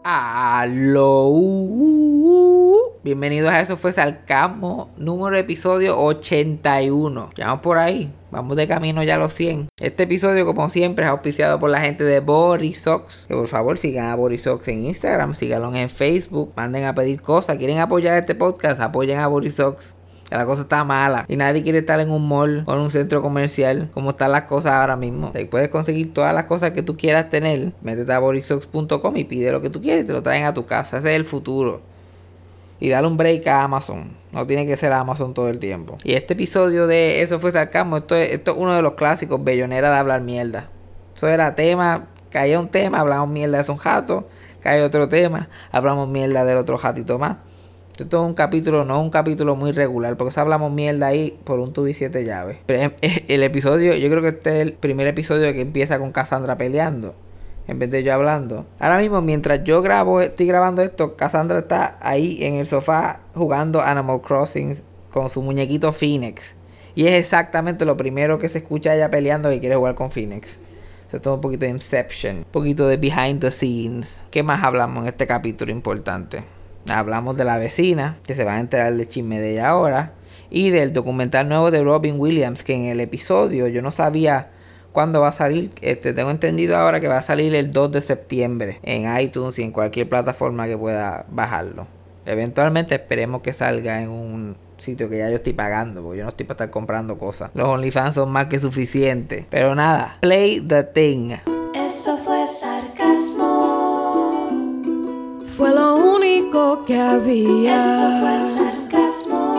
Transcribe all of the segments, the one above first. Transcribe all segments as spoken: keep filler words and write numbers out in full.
Aló, bienvenidos a Eso Fue Sarcasmo, número episodio ochenta y uno. Ya vamos por ahí, vamos de camino ya a los cien. Este episodio, como siempre, es auspiciado por la gente de Borisox. Que por favor sigan a Borisox en Instagram, síganlo en Facebook, manden a pedir cosas. ¿Quieren apoyar este podcast? Apoyen a Borisox. La cosa está mala y nadie quiere estar en un mall o en un centro comercial como están las cosas ahora mismo. Ahí puedes conseguir todas las cosas que tú quieras tener. Métete a borisox punto com y pide lo que tú quieres y te lo traen a tu casa. Ese es el futuro. Y dale un break a Amazon. No tiene que ser Amazon todo el tiempo. Y este episodio de Eso Fue Sarcasmo, esto es, esto es uno de los clásicos bellonera de hablar mierda. Eso era tema, caía un tema, hablamos mierda de un jato, caía otro tema, hablamos mierda del otro jatito más. Esto es un capítulo, no un capítulo muy regular, porque eso hablamos mierda ahí por un tubo y siete llaves. Pero el episodio, yo creo que este es el primer episodio que empieza con Cassandra peleando, en vez de yo hablando. Ahora mismo, mientras yo grabo, estoy grabando esto, Cassandra está ahí en el sofá jugando Animal Crossing con su muñequito Phoenix. Y es exactamente lo primero que se escucha ella peleando, que quiere jugar con Phoenix. Esto es un poquito de Inception, un poquito de Behind the Scenes. ¿Qué más hablamos en este capítulo importante? Hablamos de la vecina, que se va a enterar del chisme de ella ahora. Y del documental nuevo de Robin Williams, que en el episodio yo no sabía cuándo va a salir. Este, tengo entendido ahora que va a salir el dos de septiembre en iTunes y en cualquier plataforma que pueda bajarlo. Eventualmente esperemos que salga en un sitio que ya yo estoy pagando, porque yo no estoy para estar comprando cosas. Los OnlyFans son más que suficientes. Pero nada, play the thing. Eso fue sarcasmo. Fue lo único que había. Eso fue sarcasmo.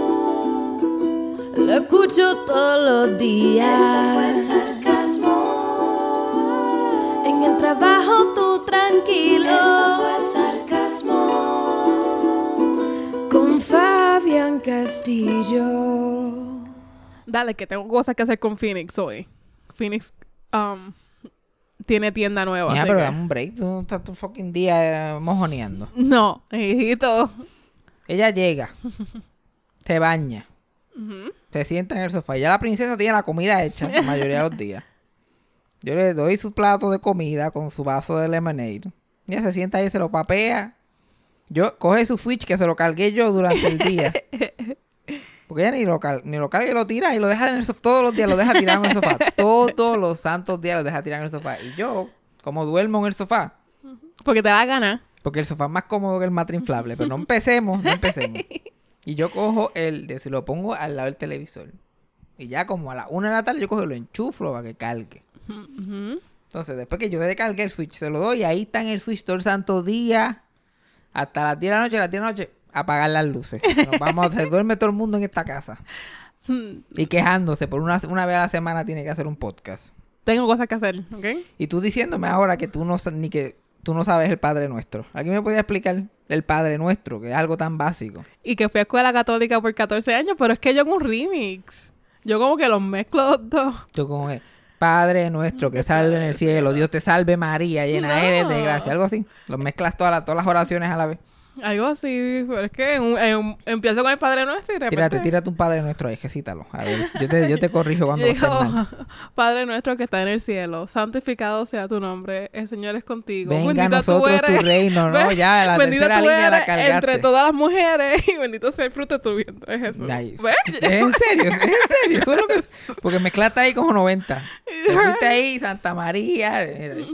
Lo escucho todos los días. Eso fue sarcasmo. En el trabajo tú tranquilo. Eso fue sarcasmo. Con Fabián Castillo. Dale, que tengo cosas que hacer con Phoenix hoy. Phoenix, um... tiene tienda nueva. Mira, pero que... dame un break. Tú estás tu fucking día eh, mojoneando. No, hijito. Ella llega. Se baña. Uh-huh. Se sienta en el sofá. Ya la princesa tiene la comida hecha la mayoría de los días. Yo le doy su plato de comida con su vaso de lemonade. Ella se sienta ahí y se lo papea. Yo coge su Switch que se lo cargué yo durante el día. Porque ella ni lo, cal- ni lo carga y lo tira y lo deja en el sofá. Todos los días lo deja tirado en el sofá. Todos los santos días lo deja tirado en el sofá. Y yo, como duermo en el sofá. Porque te da gana. Porque el sofá es más cómodo que el matre inflable. Pero no empecemos, no empecemos. Y yo cojo el... De, si lo pongo al lado del televisor. Y ya como a la una de la tarde yo cojo y lo enchuflo para que cargue. Uh-huh. Entonces, después que yo le cargue el Switch, se lo doy. Y ahí está en el Switch todo el santo día. Hasta las diez de la noche, las diez de la noche... apagar las luces. Nos vamos, se duerme todo el mundo en esta casa. Y quejándose. Por una, una vez a la semana tiene que hacer un podcast. Tengo cosas que hacer, ¿ok? Y tú diciéndome ahora que tú no ni que tú no sabes el Padre Nuestro. ¿Alguien me podía explicar el Padre Nuestro? Que es algo tan básico. Y que fui a escuela católica por catorce años, pero es que yo hago un remix. Yo como que los mezclo los dos. Tú como que, Padre Nuestro que salve en el cielo, Dios te salve María, llena no. eres de gracia. Algo así. Los mezclas todas las, todas las oraciones a la vez. Algo así, pero es que en, en, empiezo con el Padre Nuestro y de repente... Tírate, tírate un Padre Nuestro ahí, recítalo. A ver, yo te, yo te corrijo cuando Digo, lo estés mal. Padre Nuestro que está en el cielo, santificado sea tu nombre, el Señor es contigo. Venga bendita a nosotros tú eres, tu reino, ¿no? Ya, la tercera línea la cargaste. Entre todas las mujeres y bendito sea el fruto de tu vientre, Jesús. Nice. ¿Es en serio? ¿Es en serio? Eso es lo que... Porque mezclaste ahí como noventa. Te fuiste ahí, Santa María...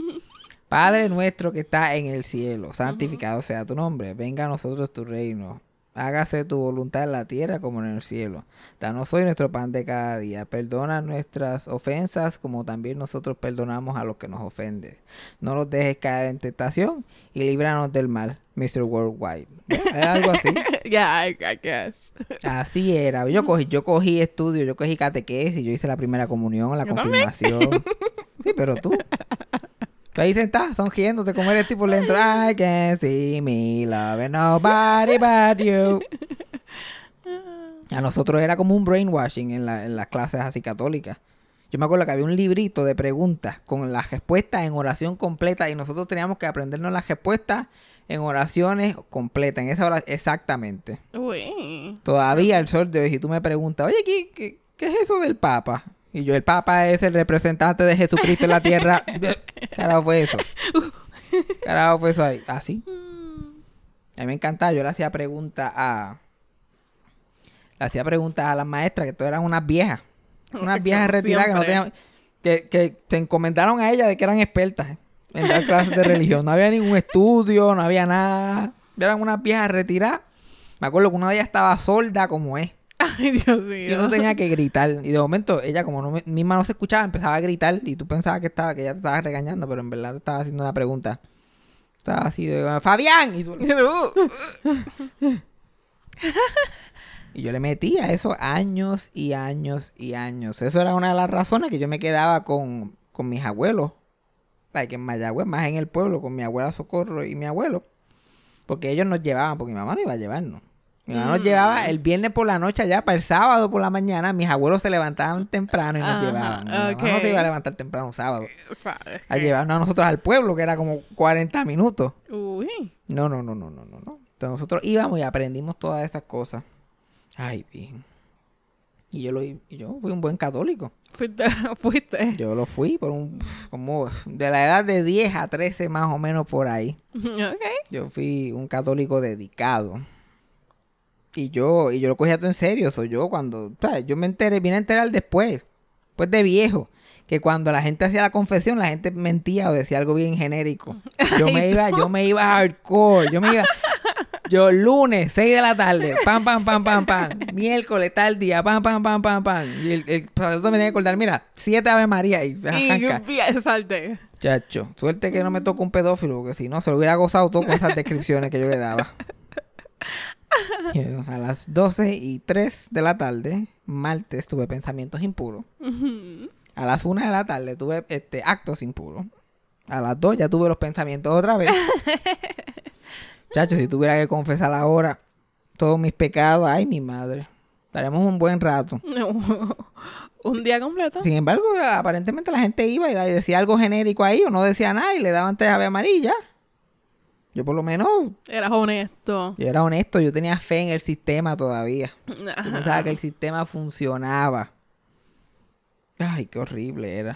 Padre nuestro que está en el cielo, santificado uh-huh. sea tu nombre. Venga a nosotros tu reino. Hágase tu voluntad en la tierra como en el cielo. Danos hoy nuestro pan de cada día. Perdona nuestras ofensas como también nosotros perdonamos a los que nos ofenden. No nos dejes caer en tentación y líbranos del mal, mister Worldwide. ¿Era algo así? Yeah, I, I guess. Así era. Yo cogí, yo cogí estudio, yo cogí catequesis, yo hice la primera comunión, la yo confirmación. También. Sí, pero tú... Tú ahí sentás, sonriéndote como eres tipo lento. I can see me loving nobody but you. A nosotros era como un brainwashing en, la, en las clases así católicas. Yo me acuerdo que había un librito de preguntas con las respuestas en oración completa y nosotros teníamos que aprendernos las respuestas en oraciones completas, en esa hora exactamente. Uy. Todavía al sol de hoy, si tú me preguntas, oye, ¿qué, qué, qué es eso del Papa? Y yo, el Papa es el representante de Jesucristo en la tierra. ¿Qué carajo fue eso? Carajo fue eso ahí. Así. A mí me encantaba. Yo le hacía preguntas a... Le hacía preguntas a las maestras, que todas eran unas viejas. Unas viejas retiradas que no tenían... Que, que se encomendaron a ellas de que eran expertas en dar clases de religión. No había ningún estudio, no había nada. Eran unas viejas retiradas. Me acuerdo que una de ellas estaba sorda como es. Ay, Dios mío. Y uno tenía que gritar. Y de momento, ella como no, misma no se escuchaba, empezaba a gritar. Y tú pensabas que estaba que ella te estaba regañando, pero en verdad te estaba haciendo una pregunta. Estaba así de... ¡Fabián! Y, tú... y yo le metía eso años y años y años. Eso era una de las razones que yo me quedaba con, con mis abuelos. Like en Mayagüez, más en el pueblo, con mi abuela Socorro y mi abuelo. Porque ellos nos llevaban, porque mi mamá no iba a llevarnos. Mi mamá mm. nos llevaba el viernes por la noche allá, para el sábado por la mañana. Mis abuelos se levantaban temprano y nos uh-huh. llevaban. Mi okay. mamá no se iba a levantar temprano un sábado. Okay. A llevarnos a nosotros al pueblo, que era como cuarenta minutos. Uy. No, no, no, no, no, no, no. Entonces nosotros íbamos y aprendimos todas esas cosas. Ay, bien. Y yo, lo, y yo fui un buen católico. Fuiste, fuiste. Yo lo fui por un... como de la edad de diez a trece más o menos por ahí. Okay. Yo fui un católico dedicado. Y yo, y yo lo cogía todo en serio. Soy yo cuando... ¿sabes? Yo me enteré, vine a enterar después. Después de viejo. Que cuando la gente hacía la confesión, la gente mentía o decía algo bien genérico. Yo me iba, yo me iba hardcore. Yo me iba... Yo lunes, seis de la tarde, pam, pam, pam, pam, pam. Miércoles, tal día, pam, pam, pam, pam, pam. Y el, el sacerdote me tenía que acordar, mira, siete Ave María y arranca. Y salte. Chacho, suerte que no me tocó un pedófilo, porque si no, se lo hubiera gozado todo con esas descripciones que yo le daba. Yo, a las doce y tres de la tarde, martes, tuve pensamientos impuros. Uh-huh. A las una de la tarde tuve este, actos impuros. A las dos ya tuve los pensamientos otra vez. Chacho, si tuviera que confesar ahora todos mis pecados, ay, mi madre, estaremos un buen rato. No. ¿Un día completo? Sin embargo, aparentemente la gente iba y decía algo genérico ahí o no decía nada y le daban tres Ave María. Yo por lo menos... Eras honesto. Yo era honesto, yo tenía fe en el sistema todavía. Ajá. Yo pensaba que el sistema funcionaba. Ay, qué horrible era.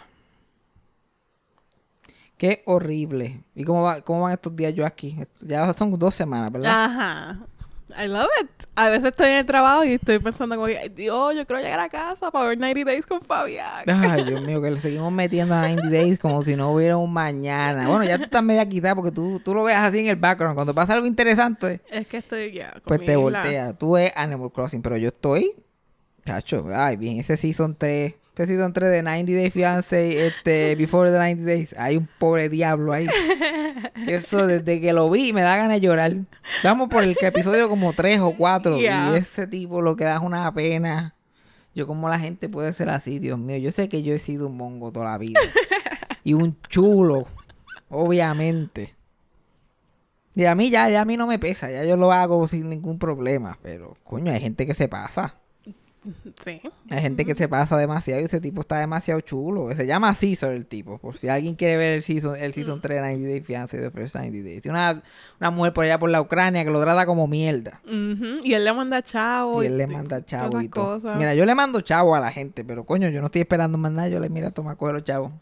Qué horrible. ¿Y cómo, va, cómo van estos días yo aquí? Ya son dos semanas, ¿verdad? Ajá. I love it. A veces estoy en el trabajo y estoy pensando como, Dios, yo quiero llegar a casa para ver noventa Days con Fabián. Ay, Dios mío, que le seguimos metiendo a noventa Days como si no hubiera un mañana. Bueno, ya tú estás media quitada porque tú, tú lo ves así en el background. Cuando pasa algo interesante, es que estoy ya con pues mi te isla. voltea. Tú ves Animal Crossing, pero yo estoy... Chacho, ay, bien, ese Season tres... Este Season tres de noventa Day Fiancé, este, Before the noventa Days. Hay un pobre diablo ahí. Eso, desde que lo vi, me da ganas de llorar. Vamos por el episodio como tres o cuatro. Yeah. Y ese tipo lo que da es una pena. Yo, como la gente puede ser así, Dios mío. Yo sé que yo he sido un mongo toda la vida. Y un chulo. Obviamente. Y a mí ya, ya a mí no me pesa. Ya yo lo hago sin ningún problema. Pero, coño, hay gente que se pasa. Sí. Hay gente que se pasa demasiado y ese tipo está demasiado chulo. Se llama Caesar el tipo. Por si alguien quiere ver el season, el season tres de noventa Day Fiancé de First noventa Days. Tiene una, una mujer por allá por la Ucrania que lo trata como mierda. Uh-huh. Y él le manda chavo. Y él le manda chavo y todo. Mira, yo le mando chavo a la gente, pero coño, yo no estoy esperando más nada. Yo le mira, toma, coge los chavos.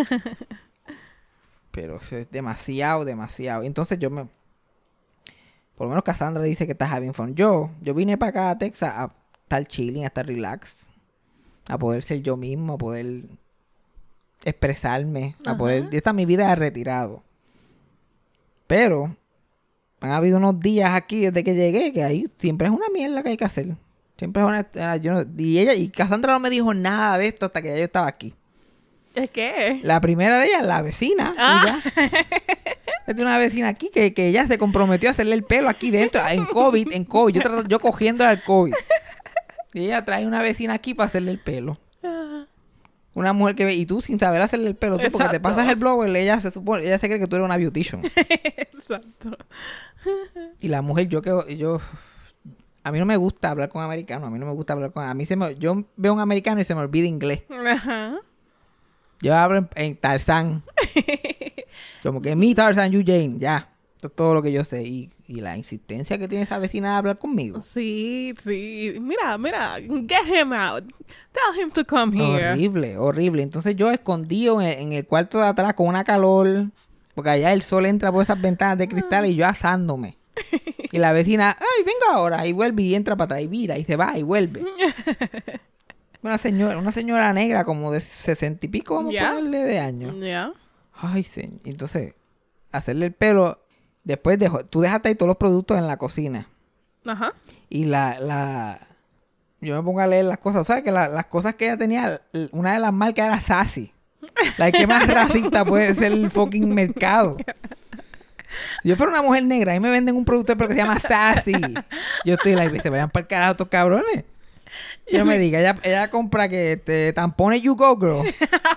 Pero eso es demasiado, demasiado. Entonces yo me... Por lo menos Cassandra dice que está having fun. Yo, yo vine para acá a Texas a estar chilling, a estar relax, a poder ser yo mismo, a poder expresarme, a Ajá. poder... Esta es mi vida de retirado. Pero han habido unos días aquí desde que llegué que ahí siempre es una mierda que hay que hacer. Siempre es una... Yo no, y ella y Cassandra no me dijo nada de esto hasta que ya yo estaba aquí. ¿Es qué? La primera de ellas, la vecina. Ah. Es una vecina aquí que, que ella se comprometió a hacerle el pelo aquí dentro, en COVID, en COVID. Yo, trato, yo cogiéndole al COVID. Y ella trae una vecina aquí para hacerle el pelo. Una mujer que ve, y tú sin saber hacerle el pelo, tú porque te pasas el blower, ella se supone, ella se cree que tú eres una beautician. Exacto. Y la mujer, yo que yo a mí no me gusta hablar con americanos, a mí no me gusta hablar con, a mí se me, yo veo un americano y se me olvida inglés. Ajá. Yo hablo en, en Tarzán. Como que mi Tarzán, you Jane, ya. Esto es todo lo que yo sé. Y, y la insistencia que tiene esa vecina de hablar conmigo. Sí, sí. Mira, mira. Get him out. Tell him to come here. Horrible, horrible. Entonces yo escondido en, en el cuarto de atrás con una calor. Porque allá el sol entra por esas ventanas de cristal y yo asándome. Y la vecina, ay, venga ahora. Y vuelve y entra para atrás y vira y se va y vuelve. Una señora, una señora negra como de sesenta y pico, vamos Ya. a ponerle de años. Ya. Ay, señor. Entonces, hacerle el pelo. Después dejo, tú dejaste ahí todos los productos en la cocina. Ajá. Y la, la... Yo me pongo a leer las cosas. ¿Sabes? Que la- las cosas que ella tenía, l- una de las marcas era Sassy. La que más racista puede ser el fucking mercado. Si yo fuera una mujer negra y me venden un producto pero que se llama Sassy, yo estoy like, se vayan para el carajo estos cabrones. Y no me diga, ella, ella compra que este, tampones You Go Girl.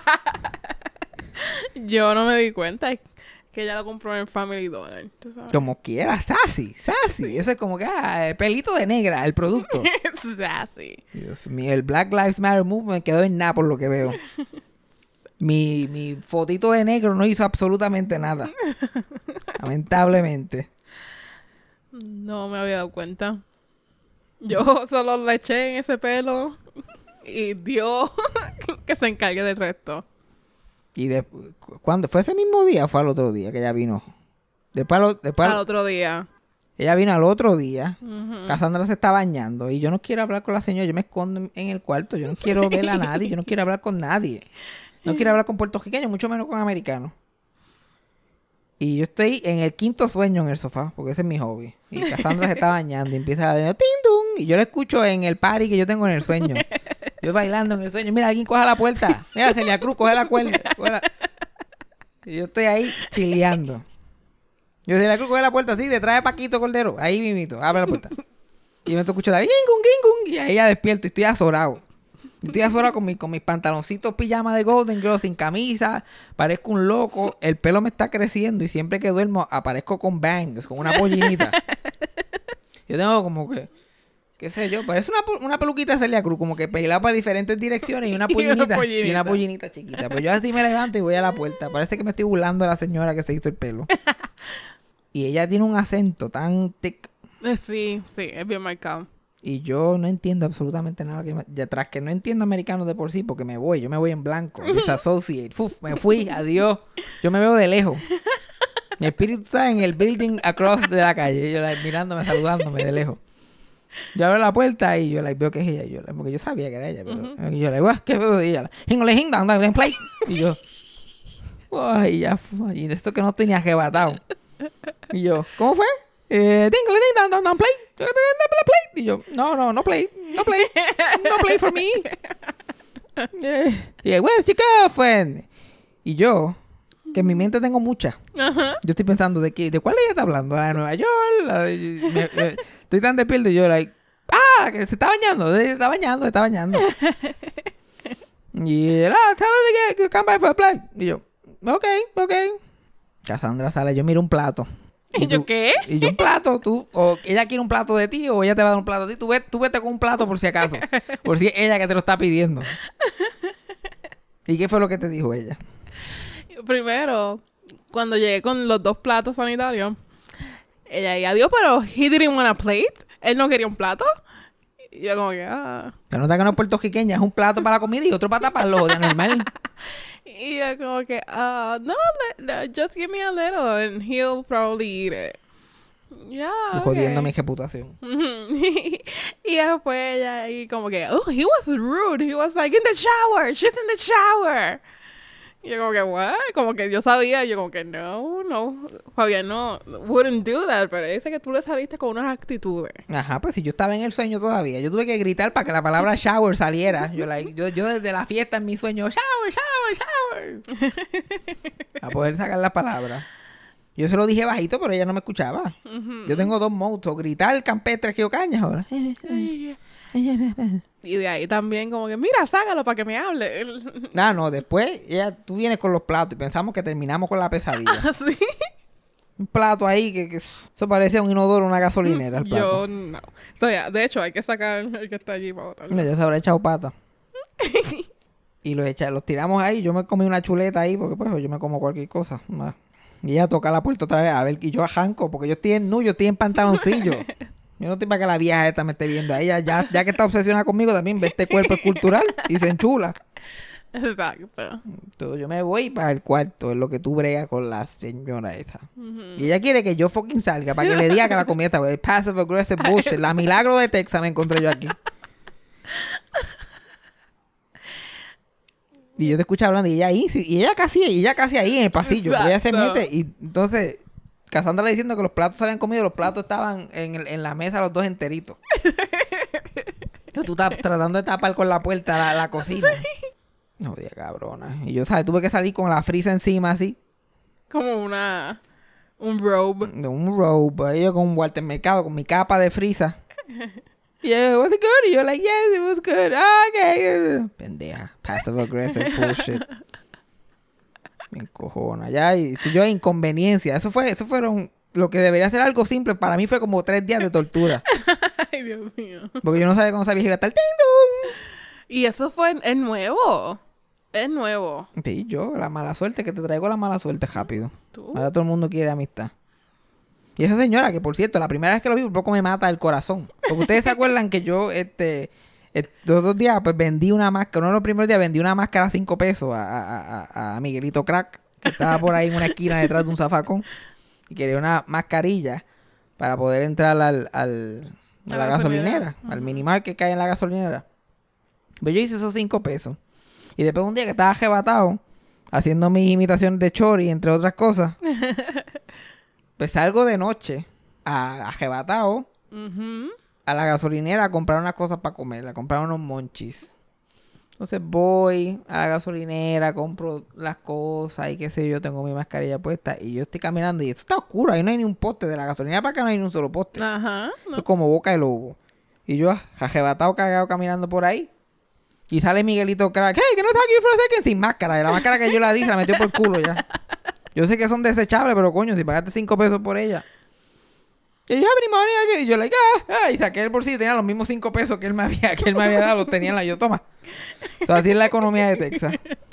Yo no me di cuenta que ella lo compró en Family Dollar. ¿Tú sabes? Como quiera, Sassy, Sassy. Eso es como que ah, pelito de negra, el producto. Sassy. Dios mío, el Black Lives Matter Movement quedó en nada por lo que veo. Mi, mi fotito de negro no hizo absolutamente nada. Lamentablemente. No me había dado cuenta. Yo solo le eché en ese pelo y Dios que se encargue del resto. ¿Y de, cuándo? ¿Fue ese mismo día o fue al otro día que ella vino? Después, al o- después Al otro día. ella vino al otro día. Ujú. Cassandra se está bañando y yo no quiero hablar con la señora. Yo me escondo en, en el cuarto. Yo no quiero ver a nadie. Yo no quiero hablar con nadie. No quiero hablar con puertorriqueños, mucho menos con americanos. Y yo estoy en el quinto sueño en el sofá, porque ese es mi hobby. Y Cassandra se está bañando y empieza a decir ¡ting, tung! Y yo lo escucho en el party que yo tengo en el sueño. Yo bailando en el sueño. Mira, alguien coja la puerta. Mira, Celia Cruz, coge la cuerda. coge la- Y yo estoy ahí chileando. Yo, Celia Cruz, coge la puerta así, detrás de Paquito Cordero. Ahí mismito, abre la puerta. Y me escucho la gingung, gingung. Y ahí ya despierto y estoy azorado. Estoy azorado con, mi, con mis pantaloncitos pijama de Golden Girl sin camisa. Parezco un loco. El pelo me está creciendo y siempre que duermo aparezco con bangs, con una pollinita. Yo tengo como que, qué sé yo, parece una, pu- una peluquita de Celia Cruz, como que pelada para diferentes direcciones y una Y una pollinita. Y una pollinita. pollinita chiquita. Pero yo así me levanto y voy a la puerta. Parece que me estoy burlando de la señora que se hizo el pelo. Y ella tiene un acento tan thick. Eh, Sí, sí, es bien marcado. Y yo no entiendo absolutamente nada. Que me- ya tras que no entiendo americano de por sí, porque me voy, yo me voy en blanco. Disassociate. Uf, me fui, adiós. Yo me veo de lejos. Mi espíritu está en el building across de la calle. Yo like, mirándome, saludándome de lejos. Yo abro la puerta y yo like, veo que es ella. Yo, like, porque yo sabía que era ella. Pero y yo le digo, ¿qué veo de ella? Jingle, jingle, down, down, play. Y yo, ay, ya fue. Y esto que no estoy ni arrebatado. Y yo, ¿cómo fue? Eh, dingle, ding, down, down, down, play. Play, play. Y yo, no, no, no play. No play. No play for me. Eh, y yo, where's your girlfriend? Y yo, que en mi mente tengo muchas. Ajá. Yo estoy pensando, ¿de qué? ¿De cuál ella está hablando? ¿La de Nueva York? La de- me- me- estoy tan despierto y yo, like, ah, que se está bañando. Se está bañando, se está bañando. Y él, ah, tell her to get- come back for a play. Y yo, ok, ok. Cassandra sale, yo miro un plato. ¿Y yo tú- qué? Y yo un plato, tú, o ella quiere un plato de ti, o ella te va a dar un plato de ti. Tú, ve, tú vete con un plato por si acaso. Por si es ella que te lo está pidiendo. ¿Y qué fue lo que te dijo ella? Primero, cuando llegué con los dos platos sanitarios, ella y adiós, pero he didn't want a plate. Él no quería un plato. Y yo como que, ah. Se nota que no es puertorriqueña, es un plato para la comida y otro para taparlo, de normal. Y yo como que, ah, no, le- no, just give me a little and he'll probably eat it. Ya, Tú ok. jodiendo mi reputación. Y después ella ahí como que, oh, he was rude. He was like, in the shower. She's in the shower. Y yo como que, what? Como que yo sabía. Yo como que, no, no. Fabián no wouldn't do that. Pero dice que tú le saliste con unas actitudes. Ajá, pues si yo estaba en el sueño todavía, yo tuve que gritar para que la palabra shower saliera. Yo, like, yo, yo desde la fiesta en mi sueño, shower, shower, shower. A poder sacar la palabra. Yo se lo dije bajito, pero ella no me escuchaba. Yo tengo dos modos, o gritar campestre que yo cañas. ahora. Y de ahí también como que, mira, sácalo para que me hable. Ah, no, después ella, tú vienes con los platos y pensamos que terminamos con la pesadilla. Así. Un plato ahí que, que eso parece un inodoro, una gasolinera, el plato. Yo no. So, yeah, de hecho, hay que sacar el que está allí para botarlo. Mira, ya se habrá echado pata. Y los, echa, los tiramos ahí. Yo me comí una chuleta ahí porque pues yo me como cualquier cosa. Nah. Y ella toca la puerta otra vez a ver. Y yo ajanco porque yo estoy en nu, yo estoy en pantaloncillo. Yo no estoy para que la vieja esta me esté viendo. Ella ya, ya que está obsesionada conmigo también ve este cuerpo escultural y se enchula. Exacto. Entonces yo me voy para el cuarto, es lo que tú bregas con la señora esa. Ujú. Y ella quiere que yo fucking salga para que le diga que la comida está buena. Passive aggressive bullshit. La milagro de Texas me encontré yo aquí. Y yo te escucho hablando y ella ahí, sí, y ella casi, y ella casi ahí en el pasillo. Pero ella se Exacto. mete y entonces Cassandra le diciendo que los platos se habían comido, los platos estaban en, el- en la mesa los dos enteritos. Pero tú estás tratando de tapar con la puerta la, la cocina. No, Dios, cabrona. Y yo, ¿sabes? Tuve que salir con la frisa encima así. Como una... Un robe. De un robe. Ahí yo con un Walter Mercado, con mi capa de frisa. Y yo, was it good? Y yo, like, yes, it was good. Ah, okay. Pendeja. Passive aggressive bullshit. Me encojona. Ya, y yo, inconveniencia. Eso fue, eso fueron... Lo que debería ser algo simple, para mí fue como tres días de tortura. Ay, Dios mío. Porque yo no sabía cómo sabía iba a estar. ¡Ting, dong! Y eso fue... Es nuevo. Es nuevo. Sí, yo, la mala suerte, que te traigo la mala suerte rápido. ¿Tú? Ahora todo el mundo quiere amistad. Y esa señora, que por cierto, la primera vez que lo vi, por poco me mata el corazón. Porque ustedes se acuerdan que yo, este, eh, los dos días, pues vendí una máscara, uno de los primeros días vendí una máscara a cinco pesos a, a, a, a Miguelito Crack, que estaba por ahí en una esquina detrás de un zafacón. Y quería una mascarilla para poder entrar al, al, a A la la gasolinera, gasolinera. al minimal que cae en la gasolinera. Pero yo hice esos cinco pesos. Y después un día que estaba arrebatado, haciendo mis imitaciones de Chori, entre otras cosas, pues salgo de noche, a, arrebatado, Ujú. a la gasolinera a comprar unas cosas para comer, a comprar unos monchis. Entonces voy a la gasolinera, compro las cosas y qué sé yo, tengo mi mascarilla puesta y yo estoy caminando y esto está oscuro, ahí no hay ni un poste, de la gasolinera para acá no hay ni un solo poste. Ajá. Esto es como boca de lobo. Y yo, arrebatado, cagado, caminando por ahí. Y sale Miguelito Crack, hey, que no está aquí for a second, sin máscara. De la máscara que yo la di, se la metió por el culo ya. Yo sé que son desechables, pero coño, si pagaste cinco pesos por ella. Y yo, abrí money aquí. Y yo, like, ah, ah, y saqué el bolsillo y tenía los mismos cinco pesos que él me había, que él me había dado, los tenía en la yo, toma. Entonces, así es la economía de Texas.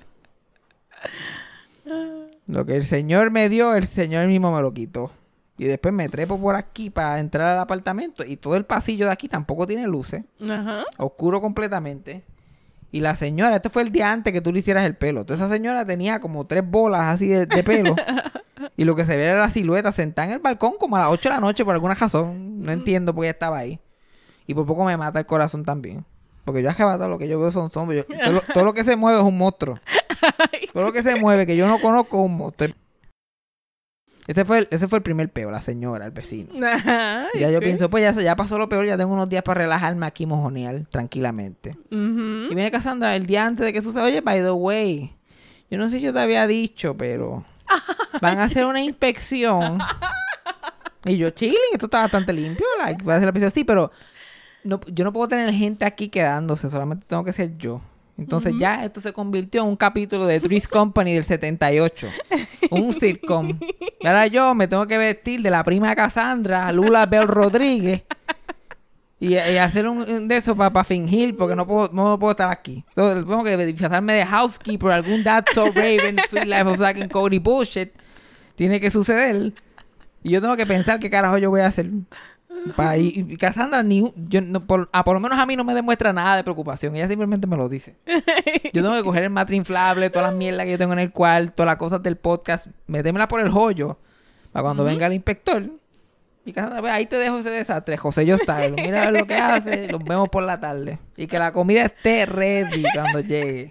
Lo que el señor me dio, el señor mismo me lo quitó. Y después me trepo por aquí para entrar al apartamento. Y todo el pasillo de aquí tampoco tiene luces. Ajá. Oscuro completamente. Y la señora, este fue el día antes que tú le hicieras el pelo. Entonces esa señora tenía como tres bolas así de, de pelo. Y lo que se veía era la silueta sentada en el balcón como a las ocho de la noche por alguna razón. No entiendo por qué ella estaba ahí. Y por poco me mata el corazón también. Porque yo arrebato lo que yo veo son sombras. Yo- todo, lo, todo lo que se mueve es un monstruo. Todo lo que se mueve que yo no conozco es un monstruo. Ese fue el, ese fue el primer peo, la señora, el vecino. Ajá. Ya yo ¿y qué? pienso, pues ya, se- ya pasó lo peor, ya tengo unos días para relajarme aquí, mojonear, tranquilamente. Ujú. Y viene Cassandra el día antes de que suceda. Oye, by the way, yo no sé si yo te había dicho, pero van a hacer una inspección. Y yo, chilling, esto está bastante limpio. Like, voy a hacer la inspección. Sí, pero no, yo no puedo tener gente aquí quedándose, solamente tengo que ser yo. Entonces ya esto se convirtió en un capítulo de Three's Company del setenta y ocho. Un sitcom. Y ahora yo me tengo que vestir de la prima de Cassandra, Lula Bell Rodríguez. Y, y hacer un, un de eso para fingir, porque no puedo, no puedo estar aquí. Entonces tengo que disfrazarme de housekeeper, algún That's So Raven, Sweet Life of Zack and Cody bullshit. Tiene que suceder. Y yo tengo que pensar qué carajo yo voy a hacer. Para y, y Cassandra, ni, un- yo, no, por, ah, por lo menos a mí no me demuestra nada de preocupación. Ella simplemente me lo dice. Yo tengo que coger el matre inflable, todas las mierdas que yo tengo en el cuarto, las cosas del podcast, metérmela por el joyo. Para cuando venga el inspector. Y Cassandra, pues, ahí te dejo ese desastre, José yo style. Mira a ver lo que hace, los vemos por la tarde. Y que la comida esté ready cuando llegue.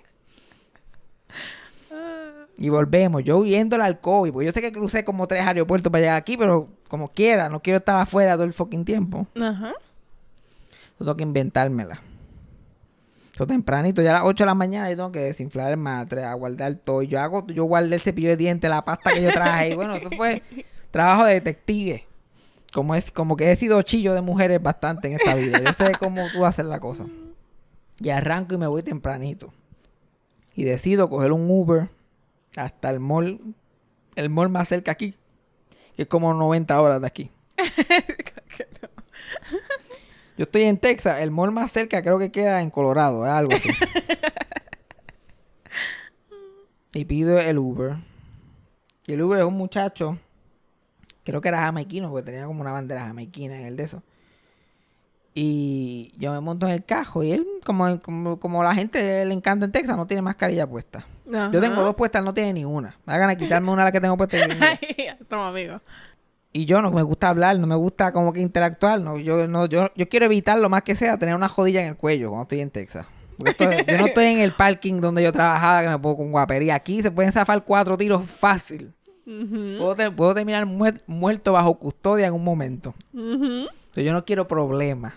Y volvemos, yo huyéndole al COVID, porque yo sé que crucé como tres aeropuertos para llegar aquí, pero como quiera, no quiero estar afuera todo el fucking tiempo. Ajá. Yo tengo que inventármela. Yo tempranito, ya a las ocho de la mañana, yo tengo que desinflar el matre, a guardar todo. Y yo hago, yo guardé el cepillo de dientes, la pasta que yo traje. Y bueno, eso fue trabajo de detective. Como es, como que he sido chillo de mujeres bastante en esta vida. Yo sé cómo tú haces la cosa. Y arranco y me voy tempranito. Y decido coger un Uber hasta el mall, el mall más cerca aquí, que es como noventa horas de aquí. Yo estoy en Texas, el mall más cerca creo que queda en Colorado, es algo así. Y pido el Uber. Y el Uber es un muchacho, creo que era jamaiquino, porque tenía como una bandera jamaiquina en el de eso. Y yo me monto en el cajo y él como, como, como la gente le encanta en Texas, no tiene mascarilla puesta. Ajá. Yo tengo dos puestas, no tiene ni una. Me hagan a quitarme una de las que tengo puesta. Y, Toma, amigo. y yo no me gusta hablar, no me gusta como que interactuar. No, yo, no, yo, yo quiero evitar lo más que sea tener una jodilla en el cuello cuando estoy en Texas. Porque esto- yo no estoy en el parking donde yo trabajaba que me pongo con guapería. Aquí se pueden zafar cuatro tiros fácil. Ujú. Puedo, te- puedo terminar muer- muerto bajo custodia en un momento. Ujú. Pero yo no quiero problemas.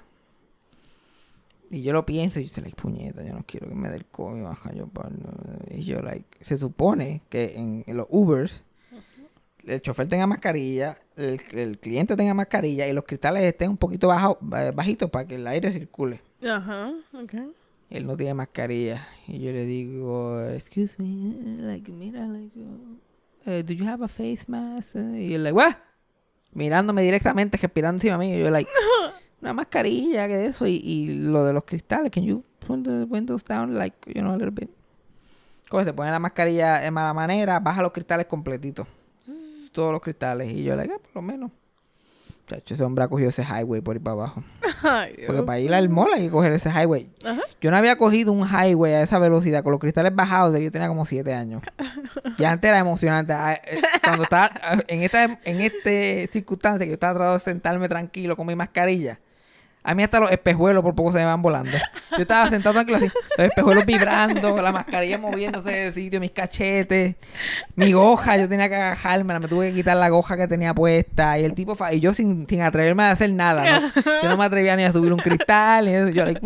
Y yo lo pienso y yo soy like, puñeta, yo no quiero que me dé el COVID. Baja yo, pa- no". Y yo, like, se supone que en, en los Ubers el chofer tenga mascarilla, el, el cliente tenga mascarilla y los cristales estén un poquito bajo, ba- bajitos para que el aire circule. Ajá. Ok. Él no tiene mascarilla. Y yo le digo, excuse me, like, mira, like, uh, uh, do you have a face mask? Uh, Y él, like, what? Mirándome directamente, respirando encima mío. Y yo, like, una mascarilla, que de eso. Y, y lo de los cristales, can you put the windows down, like, you know, a little bit. Coge, se pone la mascarilla de mala manera, baja los cristales completitos. Todos los cristales. Y yo, like, ah, por lo menos. Chacho, ese hombre ha cogido ese highway por ahí para abajo. Ay, Dios. Porque para ir al mall hay que coger ese highway. Ajá. Yo no había cogido un highway a esa velocidad con los cristales bajados desde que yo tenía como siete años. Ya antes era emocionante. Ah, eh, Cuando estaba ah, en esta en este circunstancia que yo estaba tratando de sentarme tranquilo con mi mascarilla, a mí hasta los espejuelos por poco se me van volando. Yo estaba sentado tranquilo así, los espejuelos vibrando, la mascarilla moviéndose de sitio, mis cachetes, mi goja, yo tenía que agajarme, me tuve que quitar la goja que tenía puesta y el tipo, fa- y yo sin, sin atreverme a hacer nada, ¿no? Yo no me atrevía ni a subir un cristal, ni eso, yo like,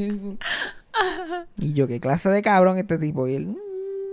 y yo, qué clase de cabrón este tipo, y él,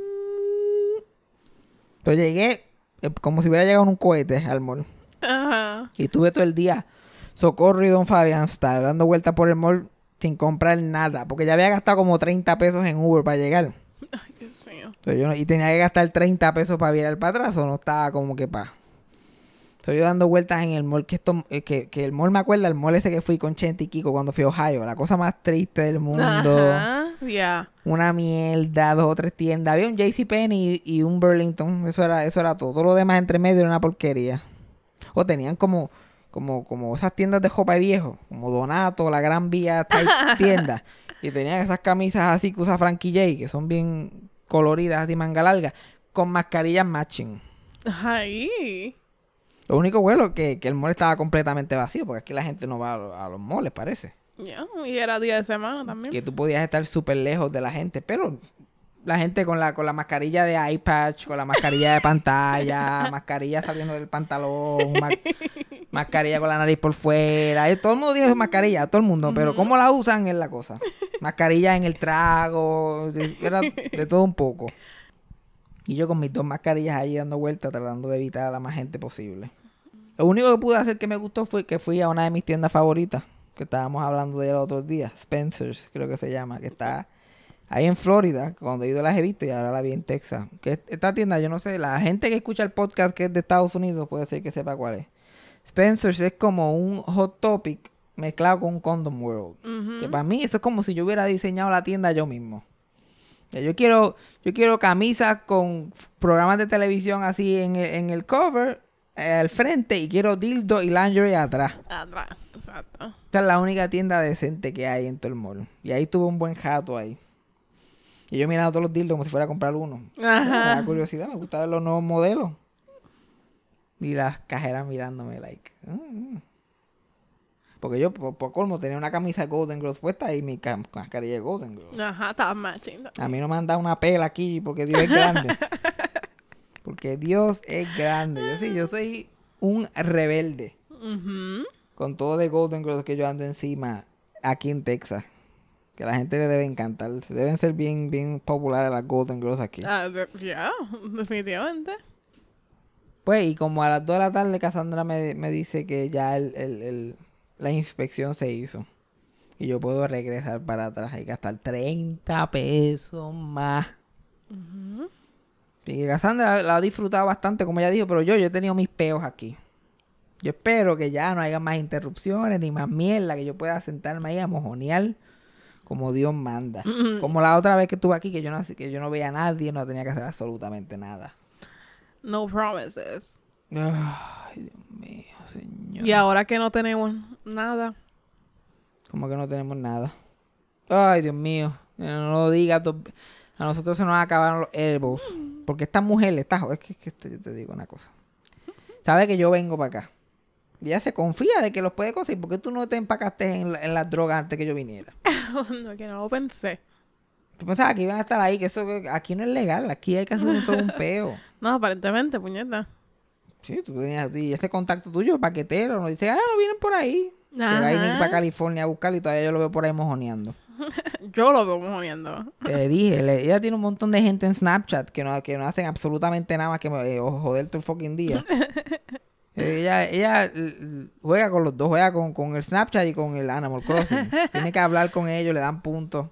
entonces llegué eh, como si hubiera llegado en un cohete al mall. Ajá. Y estuve todo el ddía Socorro y Don Fabián style, dando vueltas por el mall sin comprar nada. Porque ya había gastado como treinta pesos en Uber para llegar. Ay, Dios mío. Entonces yo no- y tenía que gastar treinta pesos para virar para atrás o no estaba como que pa. Estoy yo dando vueltas en el mall. Que, esto, eh, que, que el mall me acuerda, el mall ese que fui con Chente y Kiko cuando fui a Ohio. La cosa más triste del mundo. Ajá. Ya. Una mierda, dos o tres tiendas. Había un JCPenney y, y un Burlington. Eso era, eso era todo. Todo lo demás entre medio era una porquería. O tenían como, como, como esas tiendas de ropa viejo, como Donato, La Gran Vía, type tiendas. Y tenían esas camisas así que usa Frankie J, que son bien coloridas y manga larga, con mascarillas matching. Ay. Lo único bueno que, que el mall estaba completamente vacío, porque aquí la gente no va a, lo- a los malls, parece. Ya. Y era día de semana también. Que tú podías estar súper lejos de la gente, pero la gente con la con la mascarilla de eye patch, con la mascarilla de pantalla, mascarilla saliendo del pantalón, ma- mascarilla con la nariz por fuera. Y todo el mundo tiene su mascarilla, todo el mundo, pero cómo la usan es la cosa. Mascarilla en el trago, de- era de todo un poco. Y yo con mis dos mascarillas ahí dando vueltas, tratando de evitar a la más gente posible. Lo único que pude hacer que me gustó fue que fui a una de mis tiendas favoritas, que estábamos hablando de ella los otros días, Spencer's, creo que se llama, que está ahí en Florida, cuando he ido las he visto y ahora la vi en Texas. Que esta tienda, yo no sé, la gente que escucha el podcast que es de Estados Unidos puede ser que sepa cuál es. Spencer's es como un Hot Topic mezclado con un Condom World. Ujú. Que para mí eso es como si yo hubiera diseñado la tienda yo mismo. Ya, Yo quiero, yo quiero camisas con programas de televisión así en el, en el cover, eh, al frente, y quiero dildo y lingerie atrás. Atrás. Exacto. Esa es la única tienda decente que hay en todo el mall. Y ahí tuve un buen jato ahí. Y yo mirando todos los dildos como si fuera a comprar uno. Me da Ajá. curiosidad, me gusta ver los nuevos modelos. Y las cajeras mirándome, like. mm, mm. Porque yo, por, por colmo, tenía una camisa de Golden Girls puesta y mi ca- mascarilla de Golden Girls. Ajá. Estaba matching. A mí no me han dado una pela aquí porque Dios es grande. Porque Dios es grande. Yo sí, yo soy un rebelde. Ujú. Con todo de Golden Girls que yo ando encima aquí en Texas. Que a la gente le debe encantar. Deben ser bien, bien populares las Golden Girls aquí. Ah, de- ya. Definitivamente. Pues, y como a las dos de la tarde, Cassandra me, me dice que ya el, el, el- la inspección se hizo. Y yo puedo regresar para atrás y gastar treinta pesos más. Ujú. Y que Cassandra la ha disfrutado bastante, como ella dijo, pero yo, yo he tenido mis peos aquí. Yo espero que ya no haya más interrupciones ni más mierda, que yo pueda sentarme ahí a mojonear como Dios manda. Ujú. Como la otra vez que estuve aquí, que yo no, que yo no veía a nadie, no tenía que hacer absolutamente nada. No promises. Ay, Dios mío, señor. Y ahora que no tenemos nada. Como que no tenemos nada. Ay, Dios mío. No lo digas. dos- A nosotros se nos acabaron los edibles. Porque esta mujer, esta jo- es que, es que este- yo te digo una cosa. Sabe que yo vengo para acá. Y ella se confía de que los puede conseguir. ¿Por qué tú no te empacaste en, la- en las drogas antes que yo viniera? No, que no lo pensé. Tú pensabas que iban a estar ahí, que eso aquí no es legal. Aquí hay que hacer un, todo un peo. No, aparentemente, puñeta. Sí, tú tenías y ese contacto tuyo, paquetero, nos dice, ah, no vienen por ahí. Que va a venir Ajá. para California a buscarlo y todavía yo lo veo por ahí mojoneando. Yo lo veo mojoneando. Te dije, le- ella tiene un montón de gente en Snapchat que no, que no hacen absolutamente nada más que eh, joder todo el fucking día. Eh, ella ella l- juega con los dos, juega con, con el Snapchat y con el Animal Crossing. Tiene que hablar con ellos, le dan puntos.